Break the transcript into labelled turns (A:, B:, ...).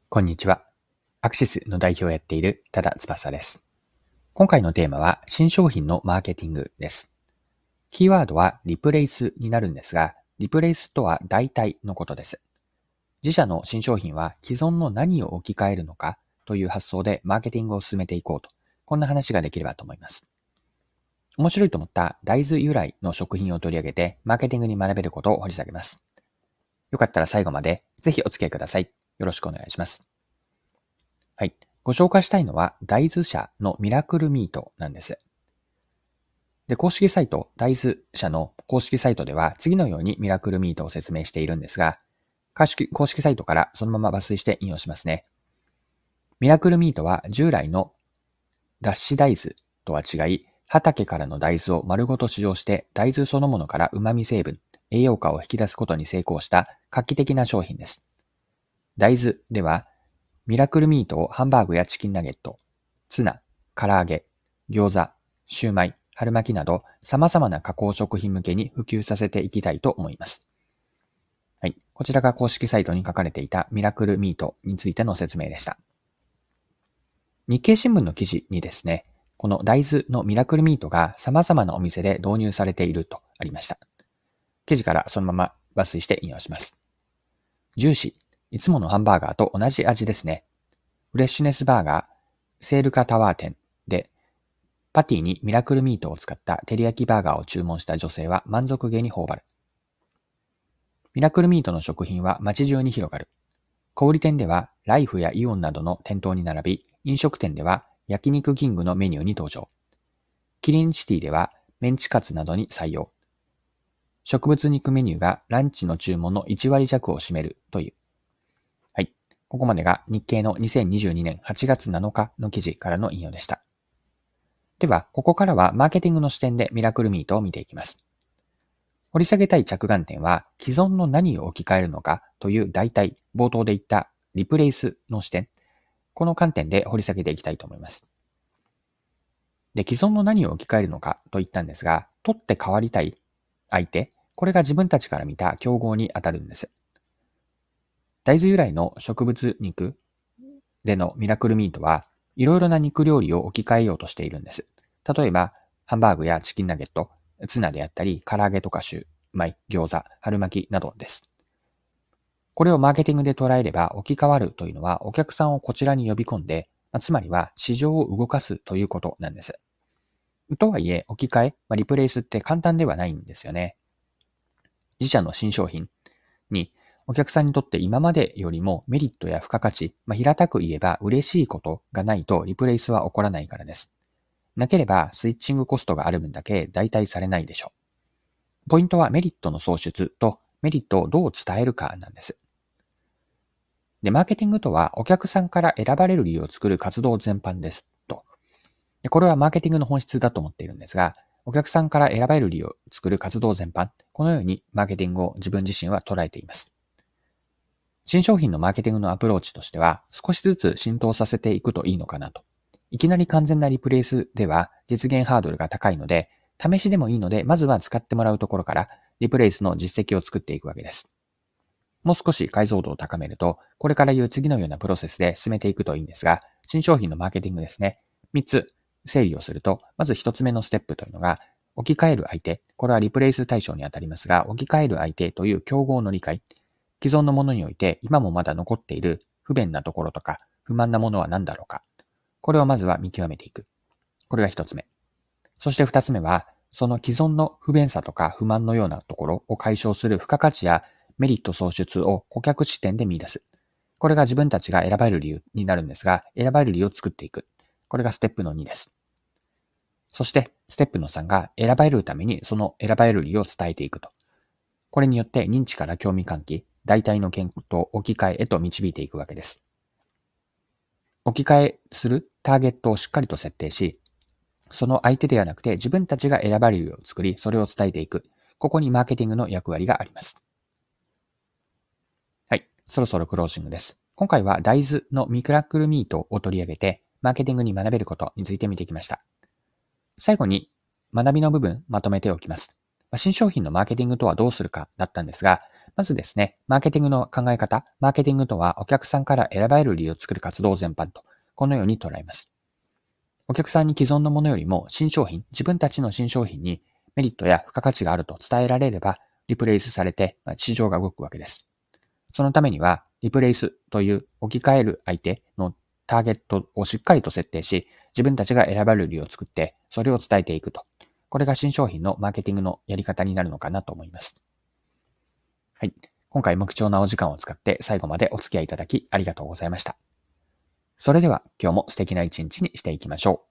A: こんにちは。アクシスの代表をやっている多田翼です。今回のテーマは新商品のマーケティングです。キーワードはリプレイスになるんですが、リプレイスとは代替のことです。自社の新商品は既存の何を置き換えるのかという発想でマーケティングを進めていこうと、こんな話ができればと思います。面白いと思った大豆由来の食品を取り上げてマーケティングに学べることを掘り下げます。よかったら最後までぜひお付き合いください。よろしくお願いします。はい。ご紹介したいのは大豆社のミラクルミートなんです。で、公式サイト、大豆社の公式サイトでは次のようにミラクルミートを説明しているんですが、公式サイトからそのまま抜粋して引用しますね。ミラクルミートは従来の脱脂大豆とは違い、畑からの大豆を丸ごと使用して大豆そのものから旨味成分、栄養価を引き出すことに成功した画期的な商品です。大豆ではミラクルミートをハンバーグやチキンナゲット、ツナ、唐揚げ、餃子、シューマイ、春巻きなど様々な加工食品向けに普及させていきたいと思います。はい。こちらが公式サイトに書かれていたミラクルミートについての説明でした。日経新聞の記事にですね、この大豆のミラクルミートが様々なお店で導入されているとありました。記事からそのまま抜粋して引用します。ジューシー、いつものハンバーガーと同じ味ですね。フレッシュネスバーガー、セールカタワー店で、パティにミラクルミートを使った照り焼きバーガーを注文した女性は満足げに頬張る。ミラクルミートの食品は街中に広がる。小売店ではライフやイオンなどの店頭に並び、飲食店では焼肉キングのメニューに登場。キリンシティではメンチカツなどに採用。植物肉メニューがランチの注文の1割弱を占めるという。はい。ここまでが日経の2022年8月7日の記事からの引用でした。では、ここからはマーケティングの視点でミラクルミートを見ていきます。掘り下げたい着眼点は、既存の何を置き換えるのかという代替、冒頭で言ったリプレイスの視点、この観点で掘り下げていきたいと思います。で、既存の何を置き換えるのかと言ったんですが、取って代わりたい相手、これが自分たちから見た競合に当たるんです。大豆由来の植物肉でのミラクルミートはいろいろな肉料理を置き換えようとしているんです。例えば、ハンバーグやチキンナゲット、ツナであったり、唐揚げとかシューマイ、餃子、春巻きなどです。これをマーケティングで捉えれば置き換わるというのはお客さんをこちらに呼び込んで、つまりは市場を動かすということなんです。とはいえ、置き換え、リプレイスって簡単ではないんですよね。自社の新商品にお客さんにとって今までよりもメリットや付加価値、平たく言えば嬉しいことがないとリプレイスは起こらないからです。なければスイッチングコストがある分だけ代替されないでしょう。ポイントはメリットの創出とメリットをどう伝えるかなんです。で、マーケティングとはお客さんから選ばれる理由を作る活動全般ですと。で、これはマーケティングの本質だと思っているんですが、お客さんから選ばれる理由を作る活動全般、このようにマーケティングを自分自身は捉えています。新商品のマーケティングのアプローチとしては、少しずつ浸透させていくといいのかなと。いきなり完全なリプレイスでは実現ハードルが高いので、試しでもいいので、まずは使ってもらうところから、リプレイスの実績を作っていくわけです。もう少し解像度を高めると、これから言う次のようなプロセスで進めていくといいんですが、新商品のマーケティングですね。3つ整理をすると、まず1つ目のステップというのが、置き換える相手、これはリプレイス対象にあたりますが、置き換える相手という競合の理解、既存のものにおいて今もまだ残っている不便なところとか不満なものは何だろうか。これをまずは見極めていく。これが1つ目。そして2つ目は、その既存の不便さとか不満のようなところを解消する付加価値やメリット創出を顧客視点で見出す。これが自分たちが選ばれる理由になるんですが、選ばれる理由を作っていく。これがステップの2です。そして、ステップの3が選ばれるためにその選ばれる理由を伝えていくと。これによって認知から興味喚起、代替の検討、置き換えへと導いていくわけです。置き換えするターゲットをしっかりと設定し、その相手ではなくて自分たちが選ばれるよう作り、それを伝えていく。ここにマーケティングの役割があります。はい。そろそろクロージングです。今回は大豆のミラクルミートを取り上げて、マーケティングに学べることについて見てきました。最後に学びの部分まとめておきます。新商品のマーケティングとはどうするかだったんですが、 まずですね、マーケティングの考え方。マーケティングとはお客さんから選ばれる理由を作る活動全般と、このように捉えます。お客さんに既存のものよりも新商品、自分たちの新商品にメリットや付加価値があると伝えられれば、リプレイスされて市場が動くわけです。そのためには、リプレイスという置き換える相手のターゲットをしっかりと設定し、自分たちが選ばれる理由を作って、それを伝えていくと。これが新商品のマーケティングのやり方になるのかなと思います。はい。今回も貴重なお時間を使って最後までお付き合いいただきありがとうございました。それでは今日も素敵な一日にしていきましょう。